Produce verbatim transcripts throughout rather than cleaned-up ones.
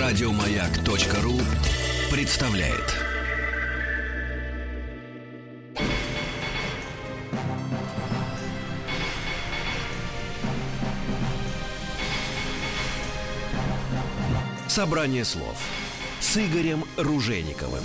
Радиомаяк.ру представляет. Собрание слов с Игорем Ружейниковым.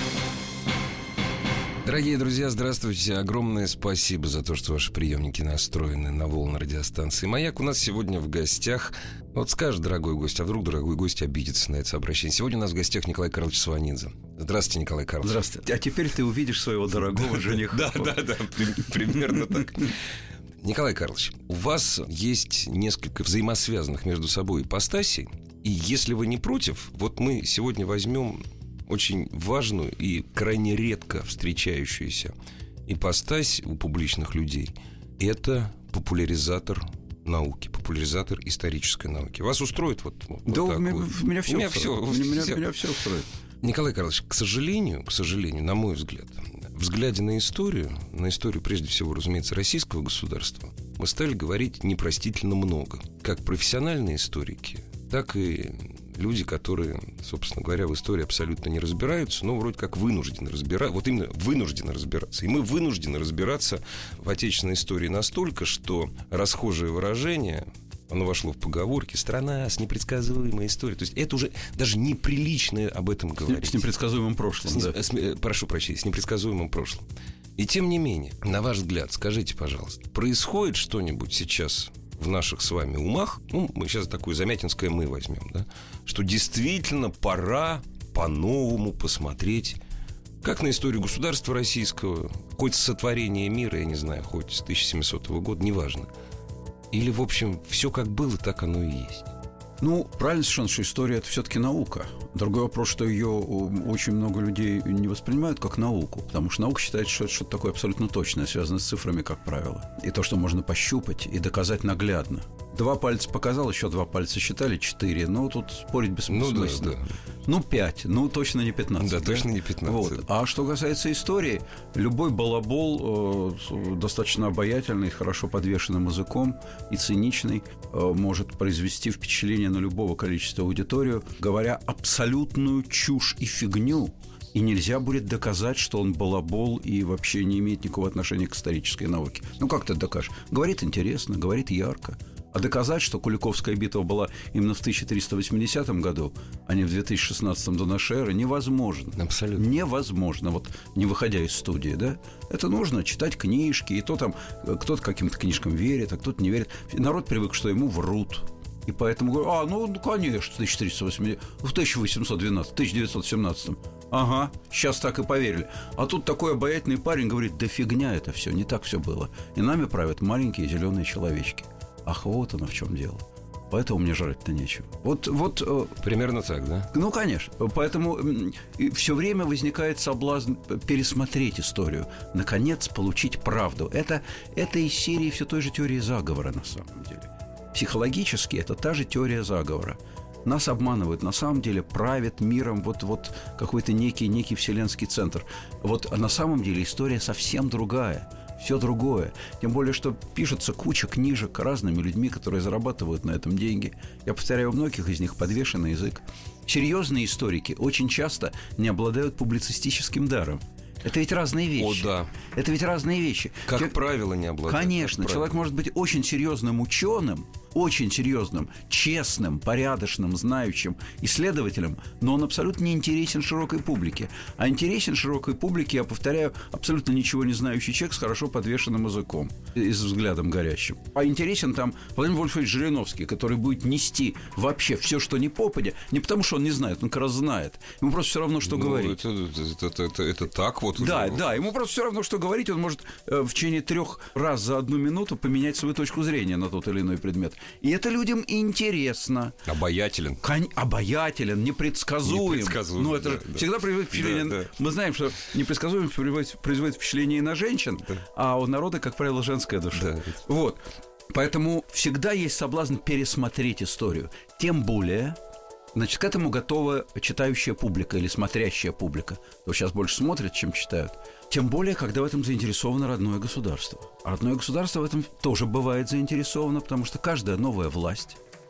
Дорогие друзья, здравствуйте. Огромное спасибо за то, что ваши приемники настроены на волны радиостанции «Маяк». У нас сегодня в гостях... Вот скажет дорогой гость, а вдруг дорогой гость обидится на это обращение. Сегодня у нас в гостях Николай Карлович Сванидзе. Здравствуйте, Николай Карлович. Здравствуйте. А теперь ты увидишь своего дорогого жениха. Да, да, да, примерно так. Николай Карлович, у вас есть несколько взаимосвязанных между собой ипостасей. И если вы не против, вот мы сегодня возьмем очень важную и крайне редко встречающуюся ипостась у публичных людей. Это популяризатор науки, популяризатор исторической науки. Вас устроит вот, вот да, так меня, вот? Меня все меня устроит. Все, меня, все. меня все устроит. Николай Карлович, к сожалению, к сожалению, на мой взгляд, взглядя на историю, на историю, прежде всего, разумеется, российского государства, мы стали говорить непростительно много. Как профессиональные историки, так и люди, которые, собственно говоря, в истории абсолютно не разбираются, но вроде как вынуждены разбираться. Вот именно вынуждены разбираться. И мы вынуждены разбираться в отечественной истории настолько, что расхожее выражение, оно вошло в поговорки: страна с непредсказуемой историей. То есть это уже даже неприлично об этом говорить. С непредсказуемым прошлым, с, да. с, прошу прощения, с непредсказуемым прошлым. И тем не менее, на ваш взгляд, скажите, пожалуйста, происходит что-нибудь сейчас в наших с вами умах, ну, мы сейчас такое замятинское «мы» возьмем, да, что действительно пора по-новому посмотреть как на историю государства российского, хоть с сотворения мира, я не знаю, хоть с тысяча семисотого года, неважно. Или, в общем, все как было, так оно и есть. Ну, правильно совершенно, что история – это все-таки наука. Другой вопрос, что ее очень много людей не воспринимают как науку, потому что наука считает, что это что-то такое абсолютно точное, связанное с цифрами, как правило. И то, что можно пощупать и доказать наглядно. Два пальца показал, еще два пальца считали, четыре. Ну, тут спорить бессмысленно. Ну, да, да. Ну, пять. Ну, точно не пятнадцать. Да, да? точно не пятнадцать. Вот. А что касается истории, любой балабол, э, достаточно обаятельный, хорошо подвешенным языком и циничный, э, может произвести впечатление на любого количества аудиторию, говоря абсолютную чушь и фигню. И нельзя будет доказать, что он балабол и вообще не имеет никакого отношения к исторической науке. Ну, как ты докажешь? Говорит интересно, говорит ярко. А доказать, что Куликовская битва была именно в тысяча триста восьмидесятом году, а не в две тысячи шестнадцатом до нашей эры, невозможно. Абсолютно. Невозможно, вот не выходя из студии, да? Это нужно читать книжки, и то там кто-то каким-то книжкам верит, а кто-то не верит. Народ привык, что ему врут. И поэтому говорю, а, ну, ну конечно, в тысяча триста восьмидесятом, в тысяча восемьсот двенадцатом, тысяча девятьсот семнадцатом. Ага, сейчас так и поверили. А тут такой обаятельный парень говорит: да фигня это все, не так все было. И нами правят маленькие зеленые человечки. Ах, вот оно в чем дело. Поэтому мне жрать-то нечего. Вот, вот, примерно так, да? Ну, конечно. Поэтому все время возникает соблазн пересмотреть историю, наконец получить правду. Это, это из серии все той же теории заговора, на самом деле. Психологически это та же теория заговора. Нас обманывают, на самом деле правит миром вот, вот какой-то некий, некий вселенский центр. Вот, а на самом деле история совсем другая. Все другое. Тем более, что пишется куча книжек разными людьми, которые зарабатывают на этом деньги. Я повторяю, у многих из них подвешенный язык. Серьезные историки очень часто не обладают публицистическим даром. Это ведь разные вещи. О, да. Это ведь разные вещи. Как Человек... правило, не обладают. Конечно. Человек может быть очень серьезным ученым, очень серьезным, честным, порядочным, знающим исследователем, но он абсолютно не интересен широкой публике. А интересен широкой публике, я повторяю, абсолютно ничего не знающий человек с хорошо подвешенным языком и с взглядом горящим. А интересен там Владимир Вольфович Жириновский, который будет нести вообще все, что не попадя, не потому, что он не знает, он как раз знает. Ему просто все равно, что ну, говорить. Это, это, это, это, это так вот. Да, да, ему просто все равно, что говорить. Он может э, в течение трех раз за одну минуту поменять свою точку зрения на тот или иной предмет. И это людям интересно. Обаятелен. Кон... Обаятелен, непредсказуем. Непредсказуем. Ну, это да, же да. всегда производит впечатление. Да, да. Мы знаем, что непредсказуемость производит, производит впечатление и на женщин, да. А у народа, как правило, женская душа. Да. Вот. Поэтому всегда есть соблазн пересмотреть историю. Тем более, значит, к этому готова читающая публика или смотрящая публика. То сейчас больше смотрят, чем читают. Тем более, когда в этом заинтересовано родное государство. А родное государство в этом тоже бывает заинтересовано, потому что каждая новая власть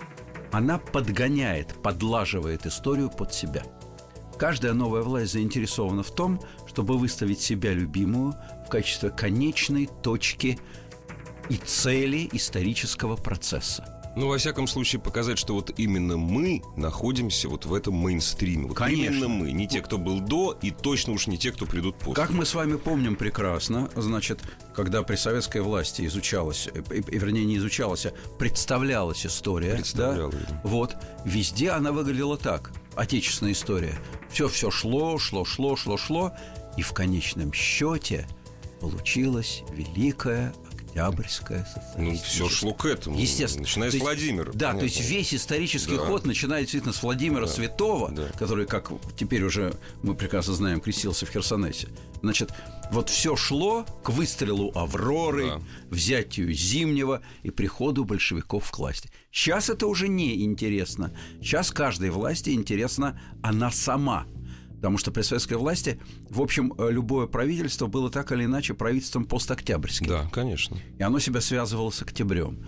она подгоняет, подлаживает историю под себя. Каждая новая власть заинтересована в том, чтобы выставить себя любимую в качестве конечной точки и цели исторического процесса. Ну, во всяком случае, показать, что вот именно мы находимся вот в этом мейнстриме. Вот Конечно. Именно мы, не те, кто был до, и точно уж не те, кто придут после. Как мы с вами помним прекрасно, значит, когда при советской власти изучалась, вернее, не изучалась, а представлялась история, Представляла, да, да. вот, везде она выглядела так, отечественная история. Все-все шло, шло, шло, шло, шло, и в конечном счете получилась великая Октябрьская социалистическая. Ну, все шло к этому. Естественно. Начиная то с есть, Владимира. Да, понятно. то есть весь исторический Да. ход начинает действительно с Владимира Да. Святого, Да. который, как теперь уже мы прекрасно знаем, крестился в Херсонесе. Значит, вот все шло к выстрелу Авроры, Да. взятию Зимнего и приходу большевиков к власти. Сейчас это уже не интересно. Сейчас каждой власти интересна она сама. Потому что при советской власти, в общем, любое правительство было так или иначе правительством постоктябрьским. Да, конечно. И оно себя связывало с октябрем.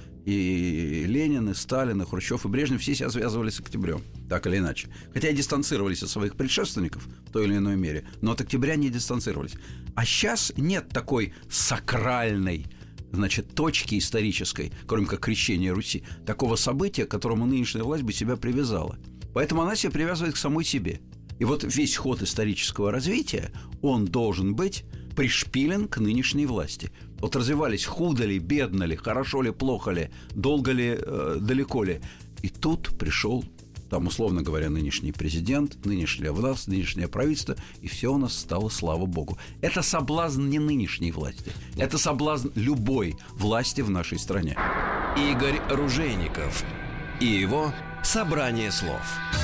И Ленин, и Сталин, и Хрущев, и Брежнев все себя связывали с октябрем, так или иначе. Хотя и дистанцировались от своих предшественников в той или иной мере, но от октября не дистанцировались. А сейчас нет такой сакральной, значит, точки исторической, кроме как крещения Руси, такого события, к которому нынешняя власть бы себя привязала. Поэтому она себя привязывает к самой себе. И вот весь ход исторического развития, он должен быть пришпилен к нынешней власти. Вот развивались, худо ли, бедно ли, хорошо ли, плохо ли, долго ли, э, далеко ли. И тут пришел, там, условно говоря, нынешний президент, нынешняя власть, нынешнее правительство, и все у нас стало, слава богу. Это соблазн не нынешней власти. Это соблазн любой власти в нашей стране. Игорь Ружейников и его «Собрание слов».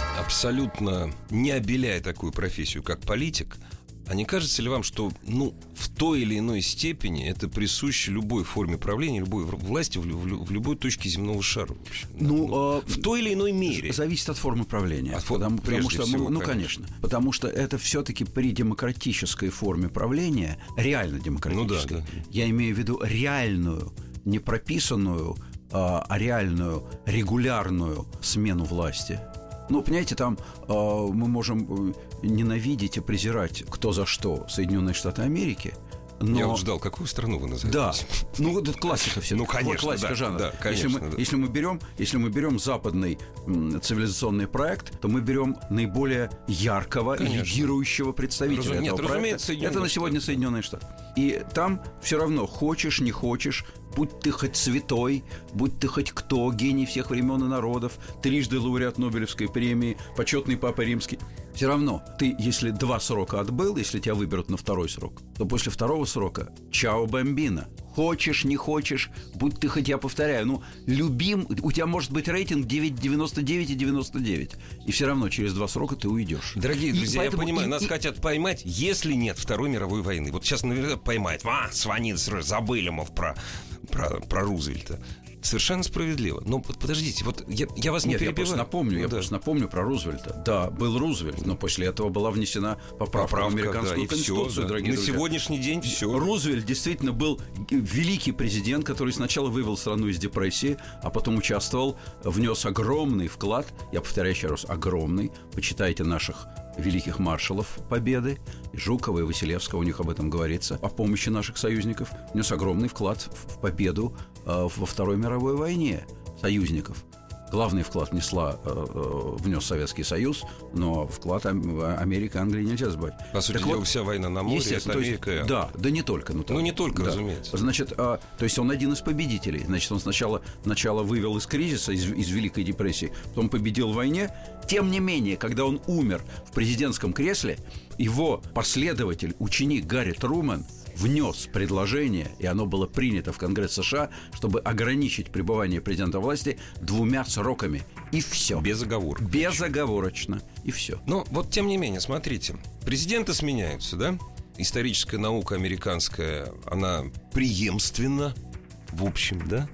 Абсолютно не обеляя такую профессию, как политик, а не кажется ли вам, что, ну, в той или иной степени это присуще любой форме правления, любой власти в, в, в любой точке земного шара? В, общем, Ну, ну, э, в той или иной мере. Зависит от формы правления. От формы, потому, потому прежде что, всего, ну, конечно. конечно. Потому что это все-таки при демократической форме правления, реально демократической, Ну, да, да. я имею в виду реальную, не прописанную, а, а реальную, регулярную смену власти. Ну, понимаете, там э, мы можем ненавидеть и презирать кто за что Соединенные Штаты Америки. Но... Я вот ждал, какую страну вы назовете. Да, ну вот это классика все. Ну, конечно, классика да, жанра. да, конечно, если, мы, да. если мы берем, если мы берем западный м, цивилизационный проект, то мы берем наиболее яркого и Конечно. лидирующего представителя Разум... этого Нет, проекта. разумеется, Это на сегодня Соединенные Штаты. И там все равно хочешь, не хочешь, будь ты хоть святой, будь ты хоть кто, гений всех времен и народов, трижды лауреат Нобелевской премии, почетный папа римский. Все равно, ты, если два срока отбыл, если тебя выберут на второй срок, то после второго срока чао бомбино. Хочешь, не хочешь, будь ты хоть, я повторяю, ну, любим, у тебя может быть рейтинг девяносто девять и девяносто девять, и все равно через два срока ты уйдешь. Дорогие друзья, поэтому я понимаю, и, нас и... хотят поймать, если нет Второй мировой войны. Вот сейчас наверняка поймают. А, звонит, забыли мы про, про, про Рузвельта. Совершенно справедливо. Но подождите, вот я, я вас не Нет, перебиваю. я просто напомню, ну, я да. просто напомню про Рузвельта. Да, был Рузвельт, но после этого была внесена поправка, Поправка, в американскую да, конституцию, все, да. дорогие На друзья. сегодняшний день все. Рузвельт действительно был великий президент, который сначала вывел страну из депрессии, а потом участвовал, внес огромный вклад, я повторяю еще раз, огромный, почитайте наших великих маршалов Победы, и Жукова, и Василевского, у них об этом говорится, о помощи наших союзников, внес огромный вклад в победу э, во Второй мировой войне союзников. Главный вклад внесла, э, э, внес Советский Союз, но вклад Америка и Англии нельзя забывать. По сути Так дела, вот, вся война на море, это то есть, Америка. да, да не только. Ну, Ну, не только, да. разумеется. Значит, а, то есть он один из победителей. Значит, он сначала, сначала вывел из кризиса, из, из Великой депрессии, потом победил в войне. Тем не менее, когда он умер в президентском кресле, его последователь, ученик Гарри Трумэн внес предложение, и оно было принято в Конгресс США, чтобы ограничить пребывание президента власти двумя сроками. И все. Без оговорок. Безоговорочно. И все. Но вот тем не менее, смотрите, президенты сменяются, да? Историческая наука американская, она преемственна, в общем, да?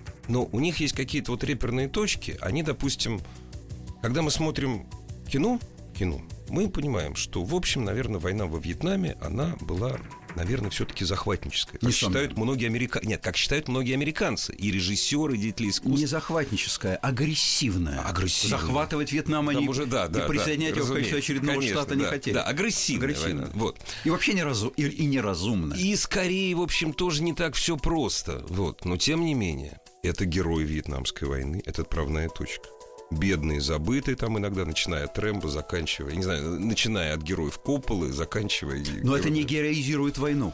Но у них есть какие-то вот реперные точки. Они, допустим, когда мы смотрим кино, кино, мы понимаем, что, в общем, наверное, война во Вьетнаме, она была наверное, все-таки захватническая. Как считают многие америка... Нет, как считают многие американцы. И режиссеры, и деятели искусства. Не захватническая, агрессивная. Агрессивная. Захватывать Вьетнам они уже, да, да, и присоединять да, его в качестве очередного конечно, штата да, не хотели. Да, агрессивная, агрессивная. Война. Вот. И вообще неразу... и, и неразумная. И скорее, в общем, тоже не так все просто. Вот. Но тем не менее, это герой Вьетнамской войны, это отправная точка. Бедные, забытые там иногда, начиная от Рэмбо, заканчивая, не знаю, начиная от героев Копполы, заканчивая... Но это не героизирует войну.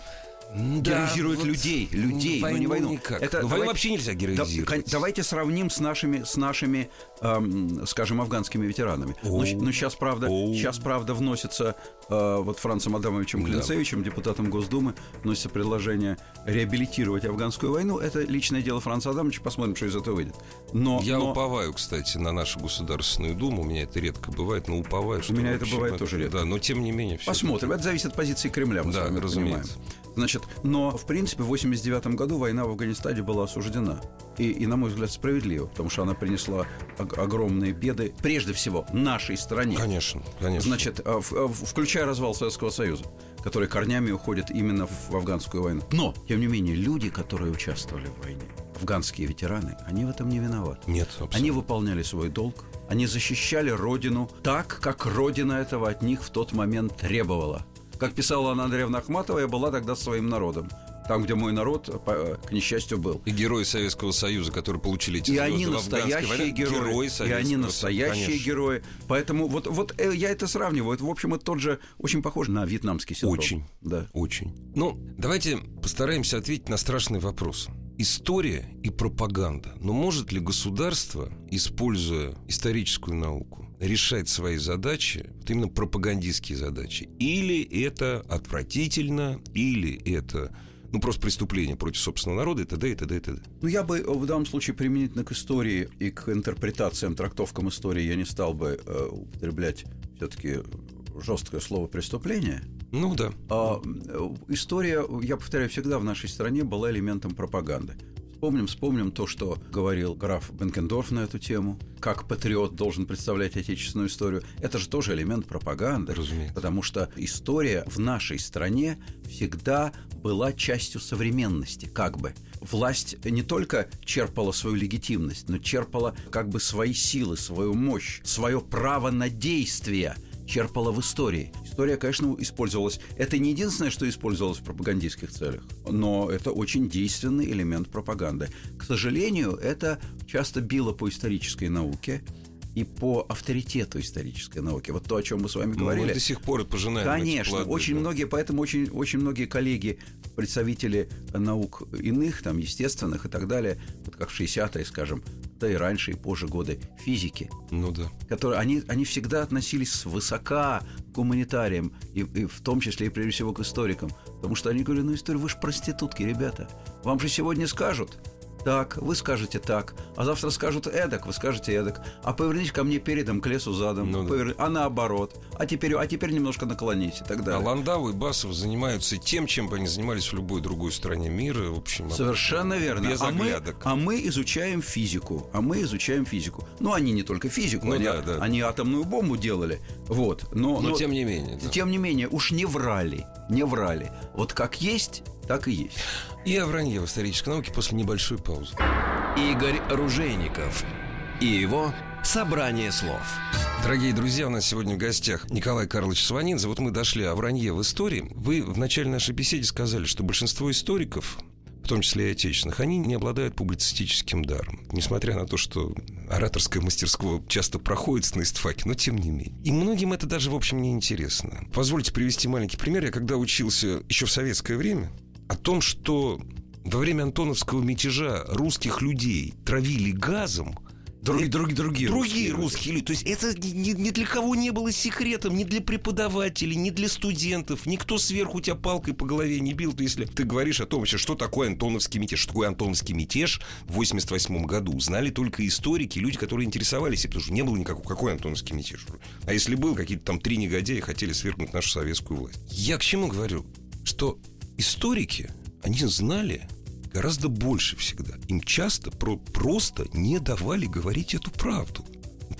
Да, героизирует вот людей, людей, но не войну. Никак. Это, но давай, войну вообще нельзя героизировать. Да, давайте сравним с нашими, с нашими эм, скажем, афганскими ветеранами. Ну, ну, сейчас, правда, сейчас, правда, вносится э, вот Францем Адамовичем Клинцевичем, да. депутатом Госдумы, вносится предложение реабилитировать афганскую войну. Это личное дело Франца Адамовича, посмотрим, что из этого выйдет. Но, Я но... уповаю, кстати, на нашу Государственную Думу. У меня это редко бывает, но уповаю, что... У меня это бывает это, тоже редко. Да, но тем не менее... Посмотрим. Это зависит от позиции Кремля, мы да, с вами разумеется. понимаем. Значит, но, в принципе, в восемьдесят девятом году война в Афганистане была осуждена. И, и, на мой взгляд, справедливо, потому что она принесла ог- огромные беды, прежде всего, нашей стране. Конечно, конечно. Значит, в, в, включая развал Советского Союза, который корнями уходит именно в афганскую войну. Но, тем не менее, люди, которые участвовали в войне, афганские ветераны, они в этом не виноваты. Нет, абсолютно. Они выполняли свой долг, они защищали Родину так, как Родина этого от них в тот момент требовала. Как писала Анна Андреевна Ахматова, я была тогда своим народом. Там, где мой народ, к несчастью, был. И герои Советского Союза, которые получили эти и звезды они в настоящие войне, герои. герои и они настоящие конечно. герои. Поэтому вот, вот я это сравниваю. Это, в общем, это тот же, очень похож на вьетнамский синдром. Очень, да. очень. Ну, давайте постараемся ответить на страшный вопрос. История и пропаганда. Но может ли государство, используя историческую науку, решать свои задачи, вот именно пропагандистские задачи? Или это отвратительно, или это... Ну, просто преступление против собственного народа и т.д. и т.д. и т.д. Ну, я бы в данном случае применительно к истории и к интерпретациям, трактовкам истории я не стал бы э, употреблять все-таки жесткое слово «преступление». Ну, да. А, история, я повторяю, всегда в нашей стране была элементом пропаганды. Вспомним, вспомним то, что говорил граф Бенкендорф на эту тему. Как патриот должен представлять отечественную историю. Это же тоже элемент пропаганды. Разумеется. Потому что история в нашей стране всегда была частью современности, как бы. Власть не только черпала свою легитимность, но черпала как бы свои силы, свою мощь, свое право на действие черпала в истории. История, конечно, использовалась. Это не единственное, что использовалось в пропагандистских целях, но это очень действенный элемент пропаганды. К сожалению, это часто било по исторической науке и по авторитету исторической науки. Вот то, о чем мы с вами говорили. Мы до сих пор пожинаем. Конечно, плоды, очень да. многие, поэтому очень, очень многие коллеги, представители наук иных, там, естественных и так далее, вот как в шестидесятые, скажем, да и раньше, и позже годы физики, ну да, которые, они, они всегда относились свысока к гуманитариям, и, и в том числе и прежде всего к историкам, потому что они говорили: ну, история, вы же проститутки, ребята, вам же сегодня скажут так, вы скажете так, а завтра скажут эдак, вы скажете эдак, а повернись ко мне передом, к лесу задом, ну, повер... а наоборот, а теперь, а теперь немножко наклонись и так далее. А Ландау и Басов занимаются тем, чем бы они занимались в любой другой стране мира, в общем. Совершенно верно. Без а оглядок. Мы, а мы изучаем физику, а мы изучаем физику. Ну, они не только физику, ну, они, да, да. они атомную бомбу делали, вот. Но, но, но тем не менее. Да. Тем не менее, уж не врали, не врали. Вот как есть, так и есть. И о вранье в исторической науке после небольшой паузы. Игорь Ружейников и его «Собрание слов». Дорогие друзья, у нас сегодня в гостях Николай Карлович Сванидзе. Вот мы дошли о вранье в истории. Вы в начале нашей беседы сказали, что большинство историков, в том числе и отечественных, они не обладают публицистическим даром. Несмотря на то, что ораторское мастерство часто проходит на истфаке, но тем не менее. И многим это даже, в общем, не интересно. Позвольте привести маленький пример. Я когда учился еще в советское время, о том, что во время Антоновского мятежа русских людей травили газом. Другие, другие, другие, другие русские люди. То есть это ни, ни для кого не было секретом, ни для преподавателей, ни для студентов. Никто сверху тебя палкой по голове не бил. То если ты говоришь о том, вообще, что такое Антоновский мятеж, что такое Антоновский мятеж в восемьдесят восьмом году, знали только историки, люди, которые интересовались, потому что не было никакого, какой Антоновский мятеж. А если был, какие-то там три негодяя хотели свергнуть нашу советскую власть. Я к чему говорю? Что историки, они знали гораздо больше всегда. Им часто про- просто не давали говорить эту правду.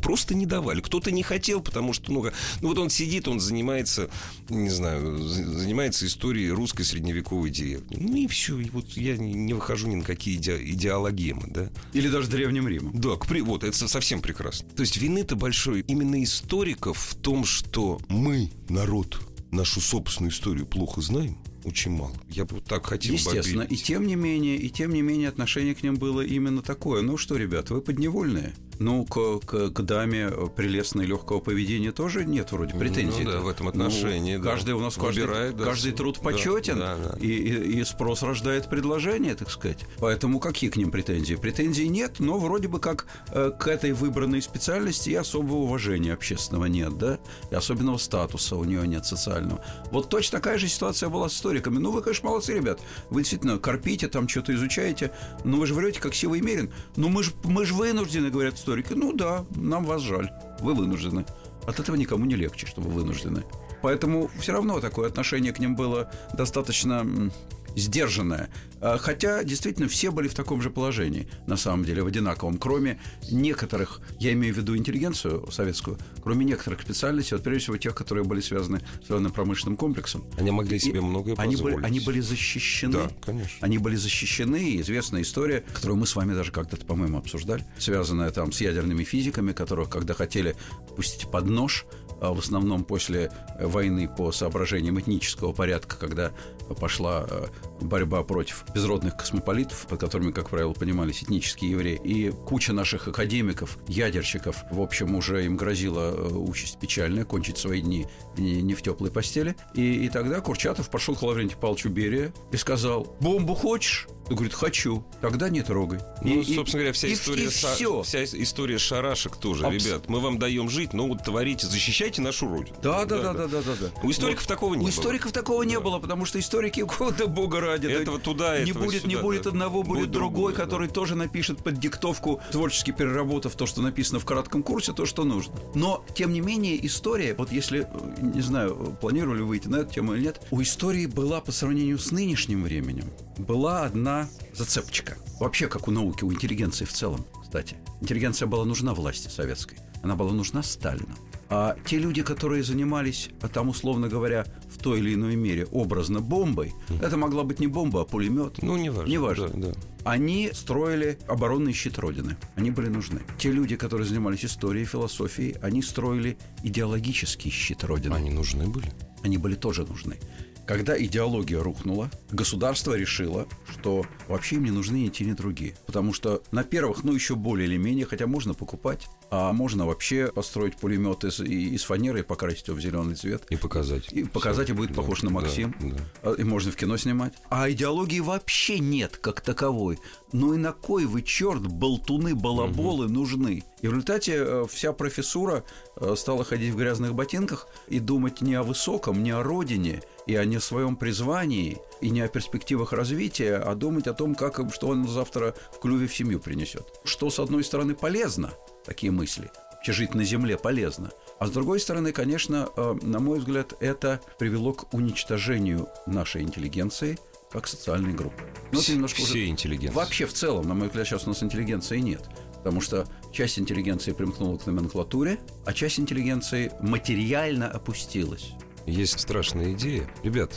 просто не давали. Кто-то не хотел, потому что, ну, ну вот он сидит, он занимается, не знаю, занимается историей русской средневековой деревни. Ну и все. И вот я не, не выхожу ни на какие иде, идеологемы, да. Или даже Древним Римом. Да, вот, это совсем прекрасно. То есть вины-то большой именно историков в том, что мы, народ, нашу собственную историю плохо знаем. Очень мало. Я бы вот так хотел бы объявить. Естественно, и тем не менее, и тем не менее отношение к ним было именно такое. Ну что, ребят, вы подневольные. Ну, к, к, к даме прелестной легкого поведения тоже нет вроде претензий. Ну, да, в этом отношении, ну, да. Каждый у нас Выбирает, каждый, да, каждый труд почетен, да, да, да. И, и, и спрос рождает предложение, так сказать. Поэтому какие к ним претензии? Претензий нет, но вроде бы как э, к этой выбранной специальности и особого уважения общественного нет, да, и особенного статуса у нее нет социального. Вот точно такая же ситуация была с историками. Ну, вы, конечно, молодцы, ребят. Вы действительно корпите, там что-то изучаете, но вы же врете, как сивый мерин. Ну, мы же мы ж вынуждены, говорят историки. Ну да, нам вас жаль, вы вынуждены. От этого никому не легче, что вы вынуждены. Поэтому все равно такое отношение к ним было достаточно сдержанное. Хотя, действительно, все были в таком же положении, на самом деле, в одинаковом. Кроме некоторых, я имею в виду интеллигенцию советскую, кроме некоторых специальностей, вот прежде всего тех, которые были связаны с военно-промышленным комплексом. Они могли себе и многое они позволить. Были, они были защищены. Да, конечно. Они были защищены, и известная история, которую мы с вами даже когда-то, по-моему, обсуждали, связанная там с ядерными физиками, которых, когда хотели пустить под нож, в основном после войны по соображениям этнического порядка, когда пошла борьба против безродных космополитов, под которыми, как правило, понимались этнические евреи, и куча наших академиков, ядерщиков, в общем, уже им грозила участь печальная, кончить свои дни не в теплой постели. И, и тогда Курчатов пошел к Лаврентию Павловичу Берия и сказал: «Бомбу хочешь?» Он говорит: «Хочу». «Тогда не трогай». Ну, и, собственно говоря, вся, и, история, и са, вся история шарашек тоже. Абс... Ребят, мы вам даем жить, но вот творите, защищайте нашу родину. Да, да, да, да, да, да, да. У историков вот, такого не у было. У историков такого не да. было, потому что историки, да бога ради, этого да, туда, не этого будет, сюда, не будет да. одного, будет, будет другой, другой, который да. тоже напишет под диктовку, творчески переработав то, что написано в кратком курсе, то, что нужно. Но, тем не менее, история, вот если, не знаю, планировали выйти на эту тему или нет, у истории была по сравнению с нынешним временем, была одна зацепочка. Вообще, как у науки, у интеллигенции в целом, кстати. Интеллигенция была нужна власти советской. Она была нужна Сталину. А те люди, которые занимались, там, условно говоря, в той или иной мере образно бомбой, mm. это могла быть не бомба, а пулемет. Ну, неважно. Неважно. Да, да. Они строили оборонный щит Родины. Они были нужны. Те люди, которые занимались историей, философией, они строили идеологический щит Родины. Они нужны были? Они были тоже нужны. Когда идеология рухнула, государство решило, что вообще им не нужны ни те, ни другие. Потому что на первых, ну, еще более или менее, хотя можно покупать, а можно вообще построить пулемет из, из фанеры и покрасить его в зеленый цвет. И показать. И показать, Все. И будет да, похож на Максим. Да, да. И можно в кино снимать. А идеологии вообще нет как таковой. Ну и на кой вы, черт, болтуны, балаболы, угу. нужны? И в результате вся профессура стала ходить в грязных ботинках и думать не о высоком, не о родине, и о не своем призвании, и не о перспективах развития, а думать о том, как, что он завтра в клюве в семью принесет. Что, с одной стороны, полезно, такие мысли, вообще жить на земле полезно, а с другой стороны, конечно, на мой взгляд, это привело к уничтожению нашей интеллигенции как социальной группы. Но все немножко уже... интеллигенции. Вообще в целом, на мой взгляд, сейчас у нас интеллигенции нет. Потому что часть интеллигенции примкнула к номенклатуре, а часть интеллигенции материально опустилась. Есть страшная идея. Ребят,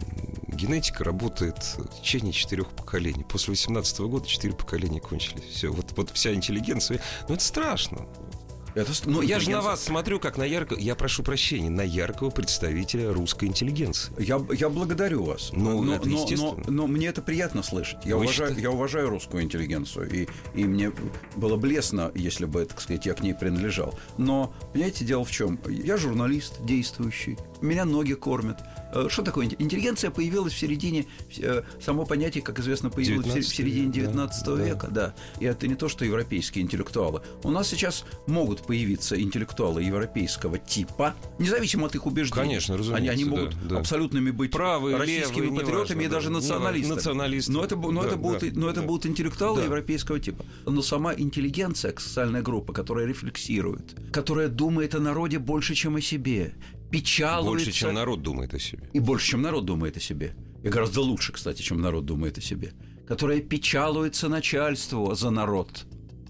генетика работает в течение четырех поколений. После восемнадцатого года четыре поколения кончились. Все, вот, вот вся интеллигенция. Ну, это страшно. Это, ну, я же на вас смотрю, как на яркого, я прошу прощения, на яркого представителя русской интеллигенции. Я, я благодарю вас. Ну, но, это но, естественно. Но, но мне это приятно слышать. Я, уважаю, я уважаю русскую интеллигенцию. И, и мне было бы лестно, если бы, так сказать, я к ней принадлежал. Но, понимаете, дело в чем? Я журналист действующий. Меня ноги кормят. Что такое интеллигенция? Появилась в середине, само понятие, как известно, появилось в середине девятнадцатого да, века, да. И это не то, что европейские интеллектуалы. У нас сейчас могут появиться интеллектуалы европейского типа, независимо от их убеждений. Конечно, разумеется. Они, они могут да, да. абсолютными быть правые, российскими левые, патриотами неважно, и даже да, националистами. националисты. Но это, но да, это, будут, да, но это да. будут интеллектуалы да. европейского типа. Но сама интеллигенция, социальная группа, которая рефлексирует, которая думает о народе больше, чем о себе, печалуется. Больше, чем народ думает о себе. И больше, чем народ думает о себе. И гораздо лучше, кстати, чем народ думает о себе. Которая печалуется начальству за народ.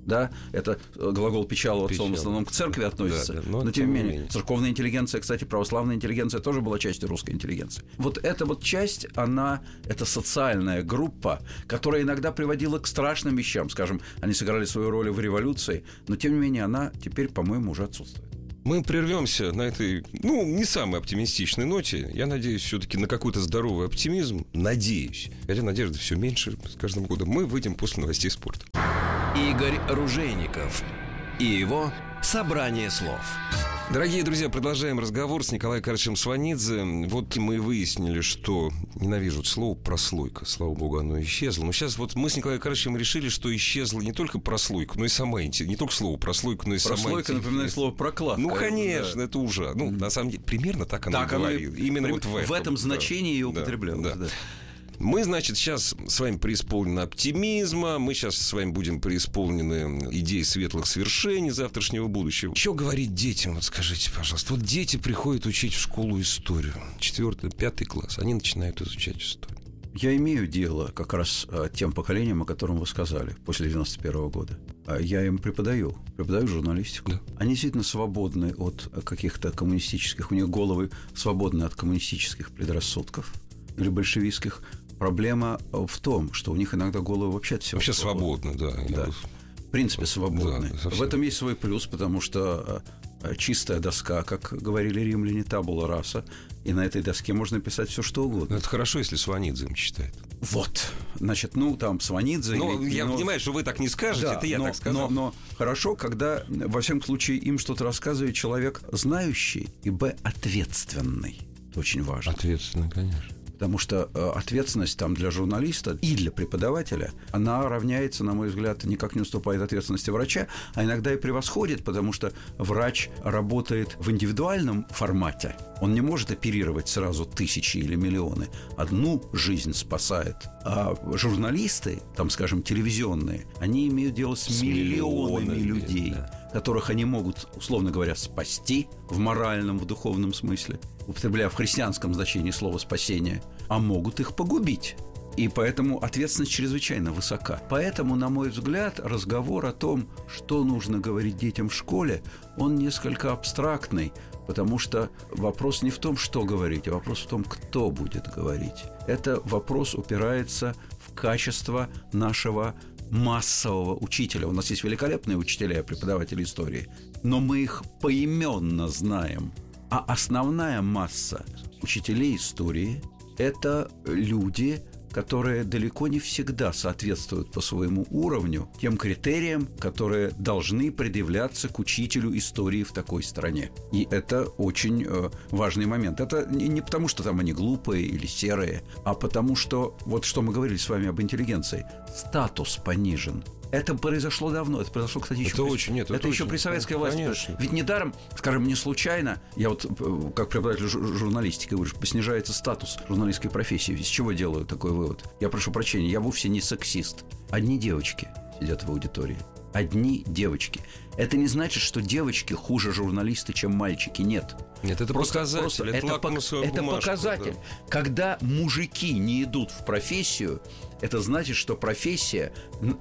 Да, это глагол «печаловаться», Печал. он в основном к церкви относится. Да, да, но, но тем не менее, менее, церковная интеллигенция, кстати, православная интеллигенция тоже была частью русской интеллигенции. Вот эта вот часть, она, это социальная группа, которая иногда приводила к страшным вещам. Скажем, они сыграли свою роль в революции, но тем не менее она теперь, по-моему, уже отсутствует. Мы прервемся на этой, ну, не самой оптимистичной ноте. Я надеюсь все-таки на какой-то здоровый оптимизм. Надеюсь. Хотя надежды все меньше с каждым годом. Мы выйдем после новостей спорта. Игорь Ружейников и его «Собрание слов». Дорогие друзья, продолжаем разговор с Николаем Карловичем Сванидзе. Вот мы выяснили, что ненавижу слово «прослойка». Слава богу, оно исчезло. Но сейчас вот мы с Николаем Карловичем решили, что исчезла не только прослойка, но и сама интеллигенция. Не только слово «прослойка», но и сама интеллигенция. Прослойка напоминает слово «прокладка». Ну, конечно, да. Это уже. Ну, на самом деле, примерно так оно так и говорит. Оно... Именно При... вот в этом. В этом значении да. и употреблялось. Да. Да. Мы, значит, сейчас с вами преисполнены оптимизма, мы сейчас с вами будем преисполнены идей светлых свершений завтрашнего будущего. Что говорить детям, вот скажите, пожалуйста. Вот дети приходят учить в школу историю, четвертый, пятый класс, они начинают изучать историю. Я имею дело как раз тем поколением, о котором вы сказали, после девяносто первого года. Я им преподаю, преподаю журналистику. Да. Они действительно свободны от каких-то коммунистических, у них головы свободны от коммунистических предрассудков или большевистских. Проблема в том, что у них иногда головы вообще от всего вообще свободны, да. да. В принципе, свободны. Да, в этом есть свой плюс, потому что чистая доска, как говорили римляне, табула раса, и на этой доске можно писать все, что угодно. Но это хорошо, если Сванидзе им читает. Вот. Значит, ну, там, Сванидзе... Ну, или, я но... понимаю, что вы так не скажете, да, это я но, так сказал. Но, но хорошо, когда, во всяком случае, им что-то рассказывает человек знающий и, б, ответственный. Это очень важно. Ответственный, конечно. Потому что э, ответственность там для журналиста и для преподавателя, она равняется, на мой взгляд, никак не уступает ответственности врача, а иногда и превосходит, потому что врач работает в индивидуальном формате. Он не может оперировать сразу тысячи или миллионы. Одну жизнь спасает. А журналисты, там, скажем, телевизионные, они имеют дело с, с миллионами, миллионами людей, да, которых они могут, условно говоря, спасти в моральном, в духовном смысле, употребляя в христианском значении слово «спасение», а могут их погубить. И поэтому ответственность чрезвычайно высока. Поэтому, на мой взгляд, разговор о том, что нужно говорить детям в школе, он несколько абстрактный, потому что вопрос не в том, что говорить, а вопрос в том, кто будет говорить. Это вопрос упирается в качество нашего массового учителя. У нас есть великолепные учителя и преподаватели истории, но мы их поименно знаем. А основная масса учителей истории – это люди, которые далеко не всегда соответствуют по своему уровню тем критериям, которые должны предъявляться к учителю истории в такой стране. И это очень э, важный момент. Это не, не потому, что там они глупые или серые, а потому что, вот что мы говорили с вами об интеллигенции, статус понижен. Это произошло давно. Это произошло, кстати, еще, это при, очень, нет, это это еще очень, при советской власти. Конечно. Ведь недаром, скажем, не случайно, я вот как преподаватель журналистики говорю, снижается статус журналистской профессии. Из чего делаю такой вывод? Я прошу прощения, я вовсе не сексист. Одни девочки сидят в аудитории. Одни девочки. Это не значит, что девочки хуже журналисты, чем мальчики. Нет. Нет, это просто, показатель. Просто это, это, пок- это бумажку, показатель. Да. Когда мужики не идут в профессию, это значит, что профессия,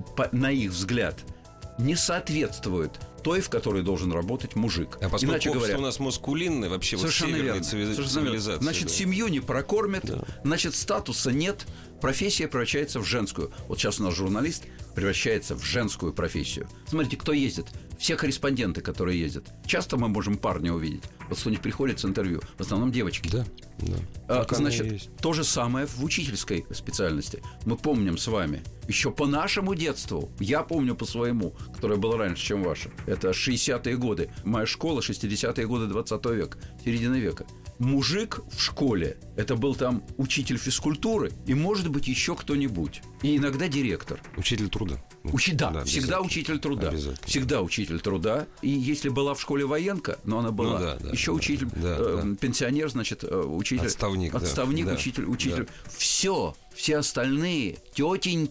на их взгляд, не соответствует той, в которой должен работать мужик. А поскольку Иначе говоря, у нас маскулинное, вообще вот северная цивилизация. Значит, да. семью не прокормят, да. Значит, статуса нет, профессия превращается в женскую. Вот сейчас у нас журналист превращается в женскую профессию. Смотрите, кто ездит. Все корреспонденты, которые ездят. Часто мы можем парня увидеть. Вот кто-нибудь приходит с интервью. В основном девочки. Да, да. А, значит, то же самое в учительской специальности. Мы помним с вами. Еще по нашему детству, я помню по своему, которое было раньше, чем ваше. Это шестидесятые годы. Моя школа, шестидесятые годы двадцатого века, середина века. Мужик в школе – это был там учитель физкультуры и, может быть, еще кто-нибудь. И иногда директор. Учитель труда. Учи, да, да, всегда учитель труда. Всегда учитель труда. И если была в школе военка, но она была, ну, да, да, еще да, учитель, да, э, да. пенсионер, значит, учитель. Отставник. Отставник, да, учитель, учитель. Да. Все, все остальные тетеньки,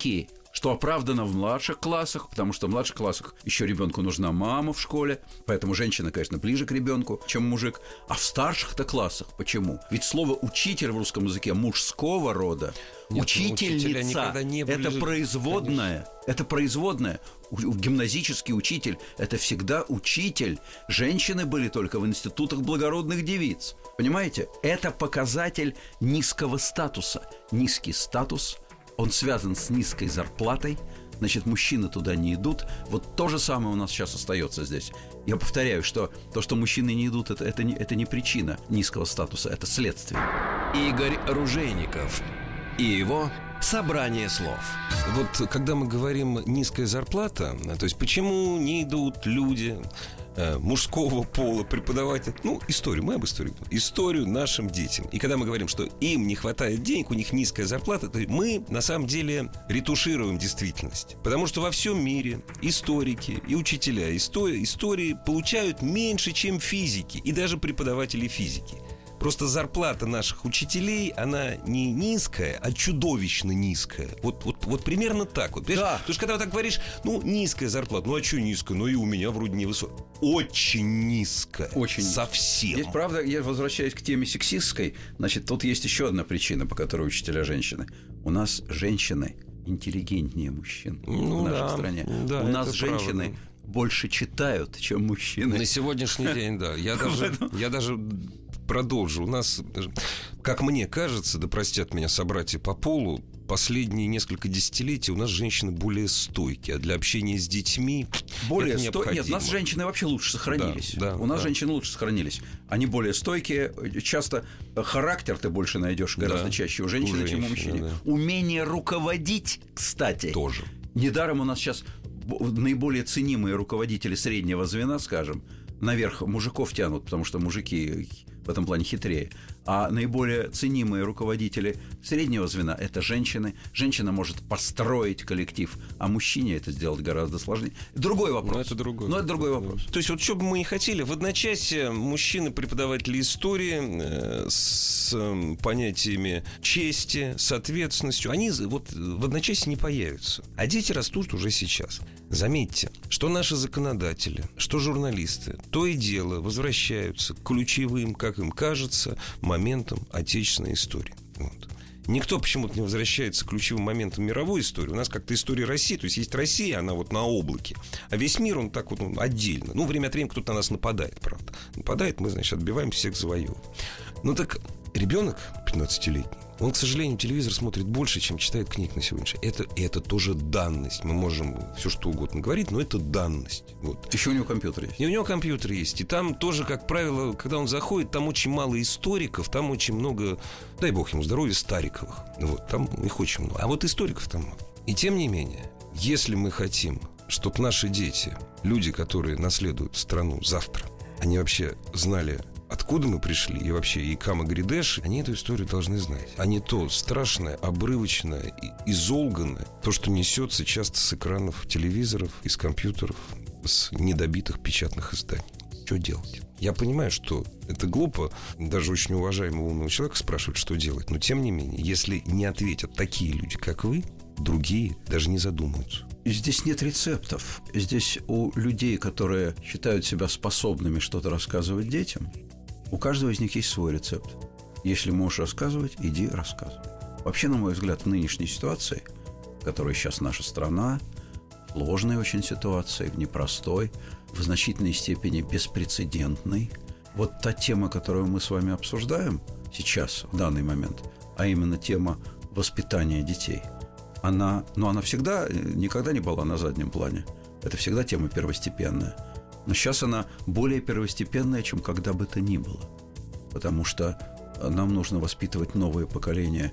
что оправдано в младших классах, потому что в младших классах еще ребенку нужна мама в школе, поэтому женщина, конечно, ближе к ребенку, чем мужик. А в старших-то классах почему? Ведь слово «учитель» в русском языке мужского рода. Нет, учительница не – это производная, конечно. Это производная. Гимназический учитель – это всегда учитель. Женщины были только в институтах благородных девиц. Понимаете? Это показатель низкого статуса. Низкий статус – он связан с низкой зарплатой, значит, мужчины туда не идут. Вот то же самое у нас сейчас остается здесь. Я повторяю, что то, что мужчины не идут, это, это, не, это не причина низкого статуса, это следствие. Игорь Ружейников и его «Собрание слов». Вот когда мы говорим «низкая зарплата», то есть почему не идут люди э, мужского пола преподавать, ну, историю, мы об истории, историю нашим детям. И когда мы говорим, что им не хватает денег, у них низкая зарплата, то мы на самом деле ретушируем действительность. Потому что во всем мире историки и учителя истории, истории получают меньше, чем физики и даже преподаватели физики. Просто зарплата наших учителей, она не низкая, а чудовищно низкая. Вот, вот, вот примерно так вот. Да. Потому что когда ты так говоришь, ну, низкая зарплата, ну, а что низкая? Ну, и у меня вроде не высокая. Очень низкая. Очень. Совсем. Здесь, правда, я возвращаюсь к теме сексистской. Значит, тут есть еще одна причина, по которой учителя женщины. У нас женщины интеллигентнее мужчин ну, в нашей да, стране. Да, у нас женщины... Правда. Больше читают, чем мужчины. На сегодняшний день, да. Я даже, я даже продолжу. У нас, как мне кажется, да простят меня собратья по полу, последние несколько десятилетий у нас женщины более стойкие, а для общения с детьми более это необходимо. Сто... Нет, у нас женщины вообще лучше сохранились. Да, да, у нас да. женщины лучше сохранились. Они более стойкие. Часто характер ты больше найдешь гораздо да. чаще у женщины, у чем у мужчины. Да. Умение руководить, кстати. Тоже. Недаром у нас сейчас наиболее ценимые руководители среднего звена, скажем, наверх мужиков тянут, потому что мужики в этом плане хитрее. А наиболее ценимые руководители среднего звена – это женщины. Женщина может построить коллектив, а мужчине это сделать гораздо сложнее. Другой вопрос. Но это другой, Но это другой вопрос. То есть, вот что бы мы ни хотели, в одночасье мужчины преподаватели истории э, с э, понятиями чести, с ответственностью, они вот в одночасье не появятся. А дети растут уже сейчас. Заметьте, что наши законодатели, что журналисты то и дело возвращаются к ключевым, как им кажется, моментам отечественной истории. Вот. Никто почему-то не возвращается к ключевым моментам мировой истории. У нас как-то история России, то есть есть Россия, она вот на облаке, а весь мир, он так вот он отдельно. Ну, время от времени кто-то на нас нападает, правда. Нападает, мы, значит, отбиваем, всех завоевываем. Ну, так ребенок пятнадцатилетний, он, к сожалению, телевизор смотрит больше, чем читает книг на сегодняшний день. Это, это тоже данность. Мы можем все что угодно говорить, но это данность. Вот. Еще у него компьютер есть. И у него компьютер есть. И там тоже, как правило, когда он заходит, там очень мало историков, там очень много, дай бог ему здоровья, стариковых. Вот, там их очень много. А вот историков там мало. И тем не менее, если мы хотим, чтобы наши дети, люди, которые наследуют страну завтра, они вообще знали, откуда мы пришли, и вообще и Кама Гридеш, они эту историю должны знать. А не то страшное, обрывочное, изолганное, то, что несется часто с экранов телевизоров, из компьютеров, с недобитых печатных изданий. Что делать? Я понимаю, что это глупо, даже очень уважаемого умного человека спрашивать, что делать. Но тем не менее, если не ответят такие люди, как вы, другие даже не задумаются. Здесь нет рецептов. Здесь у людей, которые считают себя способными что-то рассказывать детям, у каждого из них есть свой рецепт. Если можешь рассказывать, иди рассказывай. Вообще, на мой взгляд, в нынешней ситуации, в которой сейчас наша страна, сложной очень ситуации, непростой, в значительной степени беспрецедентной, вот та тема, которую мы с вами обсуждаем сейчас, в данный момент, а именно тема воспитания детей, она, ну, она всегда, никогда не была на заднем плане. Это всегда тема первостепенная. Но сейчас она более первостепенная, чем когда бы то ни было. Потому что нам нужно воспитывать новое поколение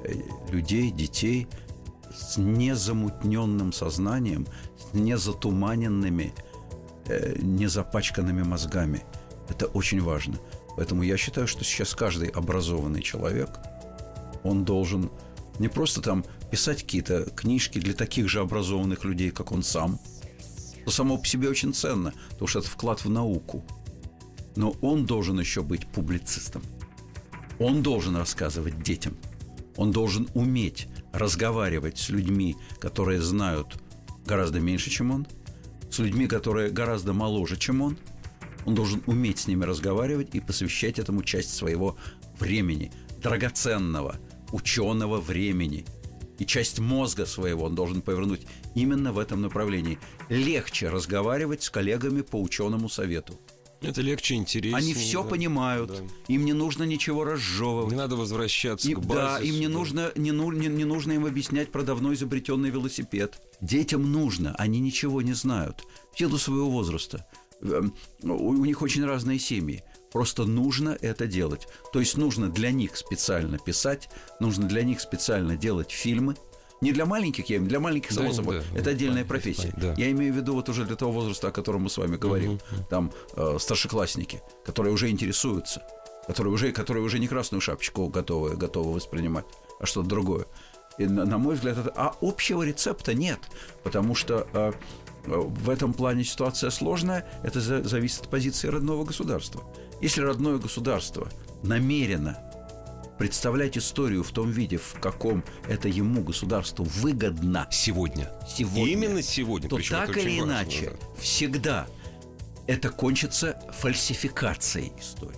людей, детей с незамутненным сознанием, с незатуманенными, незапачканными мозгами. Это очень важно. Поэтому я считаю, что сейчас каждый образованный человек, он должен не просто там писать какие-то книжки для таких же образованных людей, как он сам, что само по себе очень ценно, потому что это вклад в науку. Но он должен еще быть публицистом. Он должен рассказывать детям. Он должен уметь разговаривать с людьми, которые знают гораздо меньше, чем он, с людьми, которые гораздо моложе, чем он. Он должен уметь с ними разговаривать и посвящать этому часть своего времени, драгоценного ученого времени. И часть мозга своего он должен повернуть именно в этом направлении. Легче разговаривать с коллегами по ученому совету. Это легче, интереснее. Они все да, понимают, да. Им не нужно ничего разжевывать. Не надо возвращаться и, к базису. Да, им не, да. нужно, не, не, не нужно им объяснять про давно изобретенный велосипед. Детям нужно, они ничего не знают. В силу своего возраста. У них очень разные семьи. Просто нужно это делать. То есть нужно для них специально писать, нужно для них специально делать фильмы. Не для маленьких, я имею, для маленьких, само да, собой, да, это да, отдельная да, профессия. да. Я имею в виду вот уже для того возраста, о котором мы с вами говорим. Uh-huh. Там э, старшеклассники, которые уже интересуются, которые уже, которые уже не красную шапочку готовы, готовы воспринимать, а что-то другое. И, на, на мой взгляд, это... А общего рецепта нет, потому что э, в этом плане ситуация сложная. Это за, зависит от позиции родного государства. Если родное государство намеренно представлять историю в том виде, в каком это ему, государству, выгодно сегодня, сегодня именно сегодня, то причем так или важно, иначе да. всегда это кончится фальсификацией истории.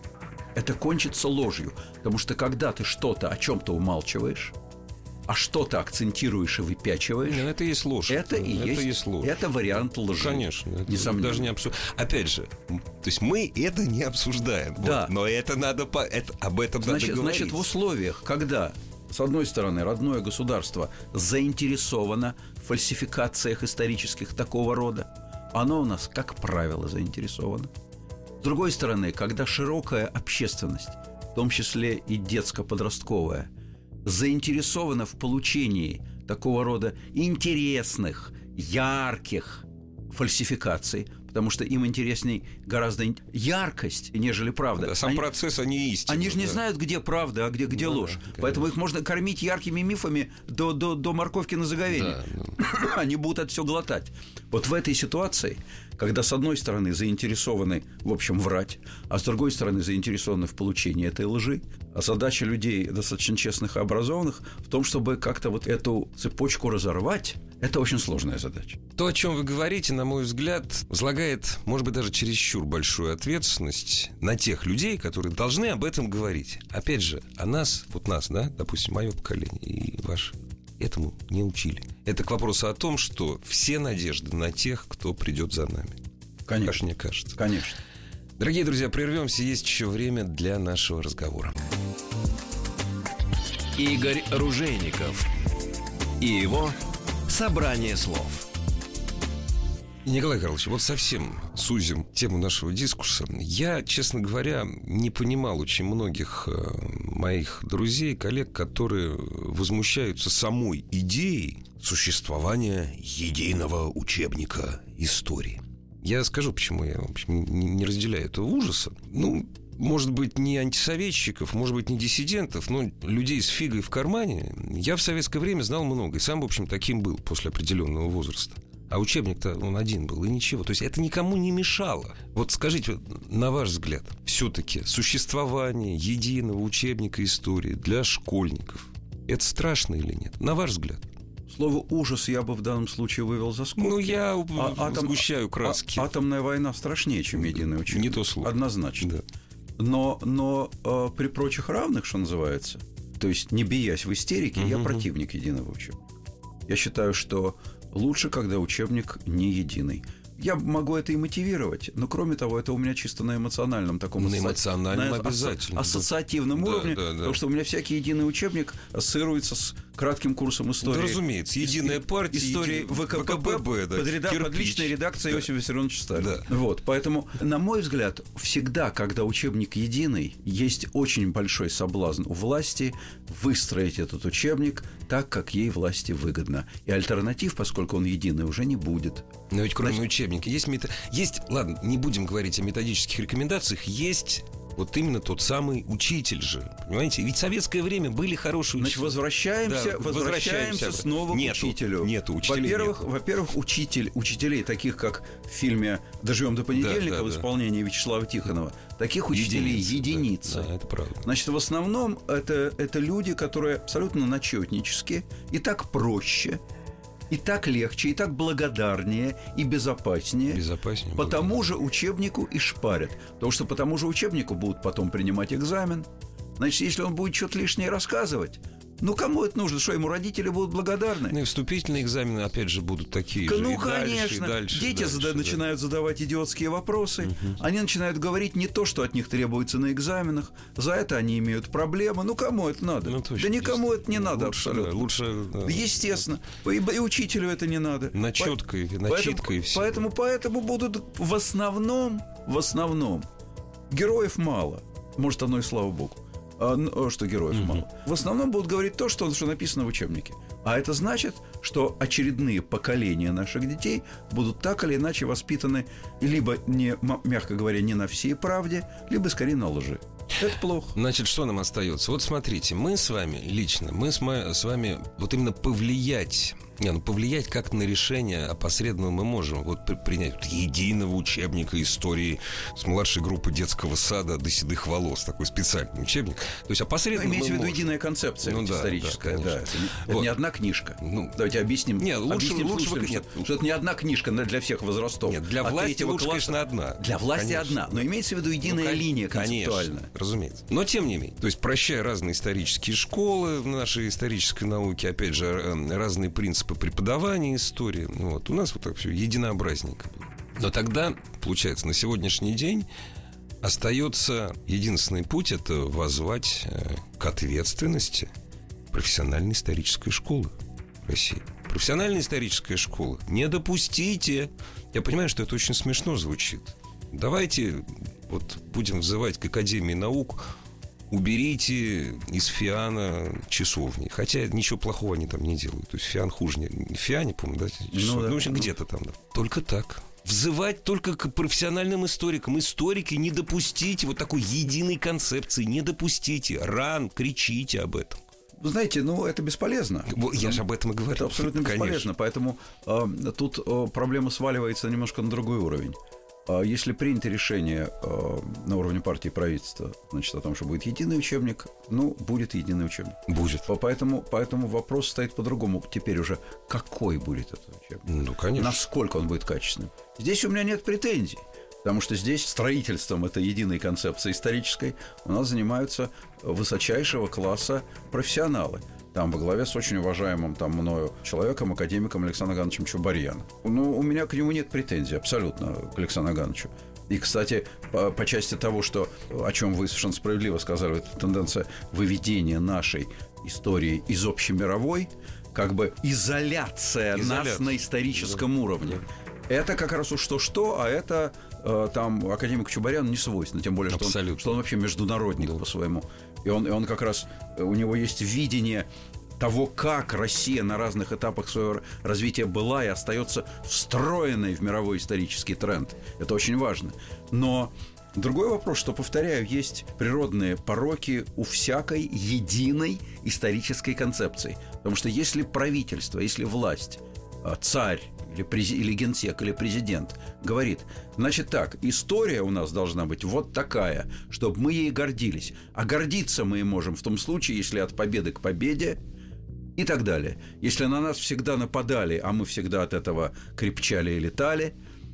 Это кончится ложью. Потому что когда ты что-то о чем-то умалчиваешь, а что-то акцентируешь и выпячиваешь, нет, это и есть ложь. Это и это есть, есть ложь. Это вариант лжи. Конечно, это несомненно. Даже не обсуж... Опять же, то есть мы это не обсуждаем. Да. Вот, но это надо по... это... об этом значит, надо говорить. Значит, в условиях, когда, с одной стороны, родное государство заинтересовано в фальсификациях исторических такого рода, оно у нас, как правило, заинтересовано. С другой стороны, когда широкая общественность, в том числе и детско-подростковая, заинтересована в получении такого рода интересных, ярких фальсификаций, потому что им интересней гораздо яркость, нежели правда. Да, сам они, они не истинны. Они же не да. знают, где правда, а где, где да, ложь. да, Поэтому их можно кормить яркими мифами до, до, до морковки на заговении. Да, да. Они будут это все глотать. Вот в этой ситуации, когда с одной стороны заинтересованы, в общем, врать, а с другой стороны заинтересованы в получении этой лжи, а задача людей достаточно честных и образованных в том, чтобы как-то вот эту цепочку разорвать, это очень сложная задача. То, о чем вы говорите, на мой взгляд, возлагает, может быть, даже чересчур большую ответственность на тех людей, которые должны об этом говорить. Опять же, о нас, вот нас, да, допустим, мое поколение и ваше, этому не учили. Это к вопросу о том, что все надежды на тех, кто придет за нами. Конечно. Как мне кажется. Конечно. Дорогие друзья, прервемся, есть еще время для нашего разговора. Игорь Ружейников и его «Собрание слов». Николай Карлович, вот совсем сузим тему нашего дискурса. Я, честно говоря, не понимал очень многих моих друзей, коллег, которые возмущаются самой идеей существования единого учебника истории. Я скажу, почему я, в общем, не разделяю этого ужаса. Ну, может быть, не антисоветчиков, может быть, не диссидентов, но людей с фигой в кармане я в советское время знал много. И сам, в общем, таким был после определенного возраста. А учебник-то он один был, и ничего. То есть это никому не мешало. Вот скажите, на ваш взгляд, все-таки существование единого учебника истории для школьников — это страшно или нет? На ваш взгляд? Слово «ужас» я бы в данном случае вывел за скобки. Ну, я а, атом, сгущаю краски. А, атомная война страшнее, чем единый учебник. Не то слово. Однозначно. Да. Но, но э, при прочих равных, что называется, то есть не биясь в истерике, uh-huh. я противник единого учебника. Я считаю, что лучше, когда учебник не единый. Я могу это и мотивировать, но, кроме того, это у меня чисто на эмоциональном таком на эмоциональном на обязательно, ассоциативном да. уровне, да, да, да. потому что у меня всякий единый учебник ассоциируется с кратким курсом истории. Да, разумеется, единая партия, истории един... ВКПБ, да, под, реда... под личной редакцией да. Иосифа Виссарионовича Сталина. Да. Вот, поэтому, на мой взгляд, всегда, когда учебник единый, есть очень большой соблазн у власти выстроить этот учебник так, как ей власти выгодно. И альтернатив, поскольку он единый, уже не будет. Но ведь кроме Значит... учебника есть, мета... есть, ладно, не будем говорить о методических рекомендациях, есть Вот именно тот самый учитель же, понимаете? Ведь в советское время были хорошие учителя. Значит, возвращаемся, Да, возвращаемся, возвращаемся снова нету, к учителю. Нету учителей. Во-первых, нету. во-первых, учитель, учителей, таких как в фильме «Доживем до понедельника» Да, да, в исполнении да. Вячеслава Тихонова, таких учителей единицы. единицы. Да, да, это правда. Значит, в основном это, это люди, которые абсолютно начетнические, и так проще, и так легче, и так благодарнее, и безопаснее. Безопаснее. По тому же учебнику и шпарят. Потому что по тому же учебнику будут потом принимать экзамен. Значит, если он будет что-то лишнее рассказывать, ну, кому это нужно? Что, ему родители будут благодарны? Ну, и вступительные экзамены, опять же, будут такие же. Ну, и конечно. Дальше, и дальше, Дети дальше, зада- да. начинают задавать идиотские вопросы. Угу. Они начинают говорить не то, что от них требуется на экзаменах. За это они имеют проблемы. Ну, кому это надо? Ну, точно, да никому это не лучше, надо абсолютно. Да, лучше, да. Естественно. И, и учителю это не надо. Начетка, По- начитка поэтому, и все. Поэтому, поэтому будут в основном, в основном героев мало. Может, оно и слава богу. А, ну, что героев Угу. мало. В основном будут говорить то, что, что написано в учебнике. А это значит, что очередные поколения наших детей будут так или иначе воспитаны либо, не, мягко говоря, не на всей правде, либо скорее на лжи. Это плохо. Значит, что нам остается? Вот смотрите, мы с вами лично, мы с, мо- с вами вот именно повлиять, не, ну повлиять как-то на решение опосредованно мы можем. Вот при- принять вот единого учебника истории с младшей группы детского сада до седых волос, такой специальный учебник. То есть опосредованно Ну, имеется в мы виду можем. единая концепция Ну, да, историческая. да, Да, конечно. это, не, это Вот. не одна книжка. Ну, Давайте объясним. Нет, лучше- объясним лучше слушателям, бы- нет. что, что это не одна книжка для всех возрастов. Нет, для а власти третьего лучше, класса- конечно, одна. Для власти Конечно. одна. Но имеется в виду единая Ну, линия конечно, концептуальная. разумеется. Но тем не менее, то есть прощая разные исторические школы в нашей исторической науке, опять же, э, разные принципы преподавания истории, вот, у нас вот так все единообразненько. Но тогда, получается, на сегодняшний день остается единственный путь — это воззвать э, к ответственности профессиональной исторической школы России. Профессиональная историческая школа. Не допустите. Я понимаю, что это очень смешно звучит. Давайте вот будем взывать к Академии наук. Уберите из ФИАНа часовни. Хотя ничего плохого они там не делают. То есть ФИАН хуже. Не, ФИА, не помню, да? Ну, да. Ну, в общем, где-то там, да. Только так. Взывать только к профессиональным историкам. Историки, не допустите вот такой единой концепции. Не допустите. Ран, кричите об этом. Вы знаете, ну, это бесполезно. Вот, я же об этом и говорю. Это абсолютно Конечно. бесполезно. Поэтому э, тут э, проблема сваливается немножко на другой уровень. Э, если принято решение э, на уровне партии и правительства, значит, о том, что будет единый учебник, ну, будет единый учебник. Будет. По- Поэтому, поэтому вопрос стоит по-другому. Теперь уже, какой будет этот учебник? Ну, конечно. Насколько он будет качественным? Здесь у меня нет претензий. Потому что здесь строительством этой единой концепции исторической у нас занимаются высочайшего класса профессионалы. Там во главе с очень уважаемым там мною человеком, академиком Александром Ивановичем Чубарьяном. Ну, у меня к нему нет претензий абсолютно, к Александру Ивановичу. И, кстати, по, по части того, что, о чем вы совершенно справедливо сказали, это тенденция выведения нашей истории из общемировой, как бы изоляция, Изоляция. нас на историческом да. уровне. Это как раз уж что-что, а это э, там академику Чубаряну не свойственно. Тем более, что он, что он вообще международник да. по-своему. И он, и он как раз, у него есть видение того, как Россия на разных этапах своего развития была и остается встроенной в мировой исторический тренд. Это очень важно. Но другой вопрос, что, повторяю, есть природные пороки у всякой единой исторической концепции. Потому что если правительство, если власть, царь, или, прези, или генсек, или президент говорит, значит так, история у нас должна быть вот такая, чтобы мы ей гордились. А гордиться мы и можем в том случае, если от победы к победе и так далее. Если на нас всегда нападали, а мы всегда от этого крепчали и летали.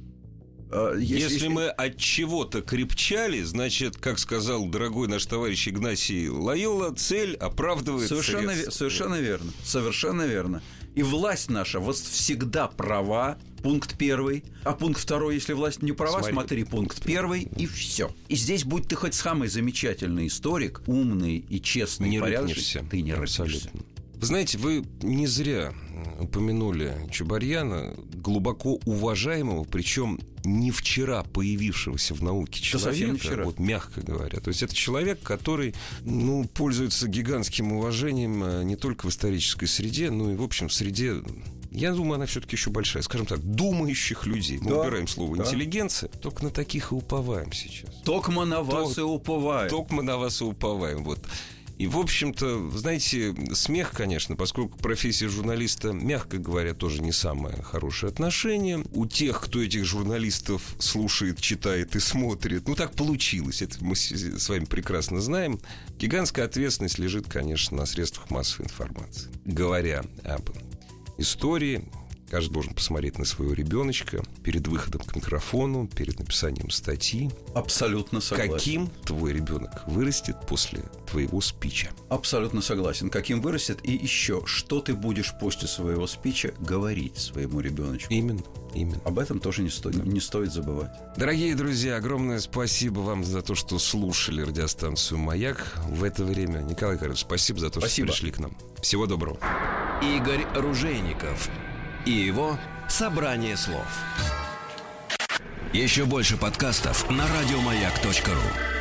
Если, если мы от чего-то крепчали, значит, как сказал дорогой наш товарищ Игнасий Лойола, цель оправдывает совершенно, средства. Совершенно верно. Совершенно верно. И власть наша всегда права, пункт первый. А пункт второй, если власть не права, смотри, смотри пункт первый, и все. И здесь, будь ты хоть самый замечательный историк, умный и честный, не порядочный, ты не рыпнешься. Вы знаете, вы не зря упомянули Чубарьяна, глубоко уважаемого, причем не вчера появившегося в науке человека, вот мягко говоря. То есть это человек, который, ну, пользуется гигантским уважением не только в исторической среде, но и, в общем, в среде я думаю, она все-таки еще большая, скажем так, думающих людей. Мы да, убираем слово да. интеллигенция, только на таких и уповаем сейчас. Токмо на вас Ток, и уповаем. Токмо на вас и уповаем, вот. И, в общем-то, знаете, смех, конечно, поскольку профессия журналиста, мягко говоря, тоже не самое хорошее отношение. У тех, кто этих журналистов слушает, читает и смотрит, ну, так получилось, это мы с вами прекрасно знаем. Гигантская ответственность лежит, конечно, на средствах массовой информации. Говоря об истории, каждый должен посмотреть на своего ребеночка перед выходом к микрофону, перед написанием статьи. Абсолютно согласен. Каким твой ребенок вырастет после твоего спича? Абсолютно согласен. Каким вырастет, и еще, что ты будешь после своего спича говорить своему ребеночку. Именно, именно. Об этом тоже не стоит, не стоит забывать. Дорогие друзья, огромное спасибо вам за то, что слушали радиостанцию «Маяк» в это время. Николай Карлович, спасибо за то, спасибо. что пришли к нам. Всего доброго. Игорь Ружейников и его «Собрание слов». Еще больше подкастов на радиомаяк точка ру.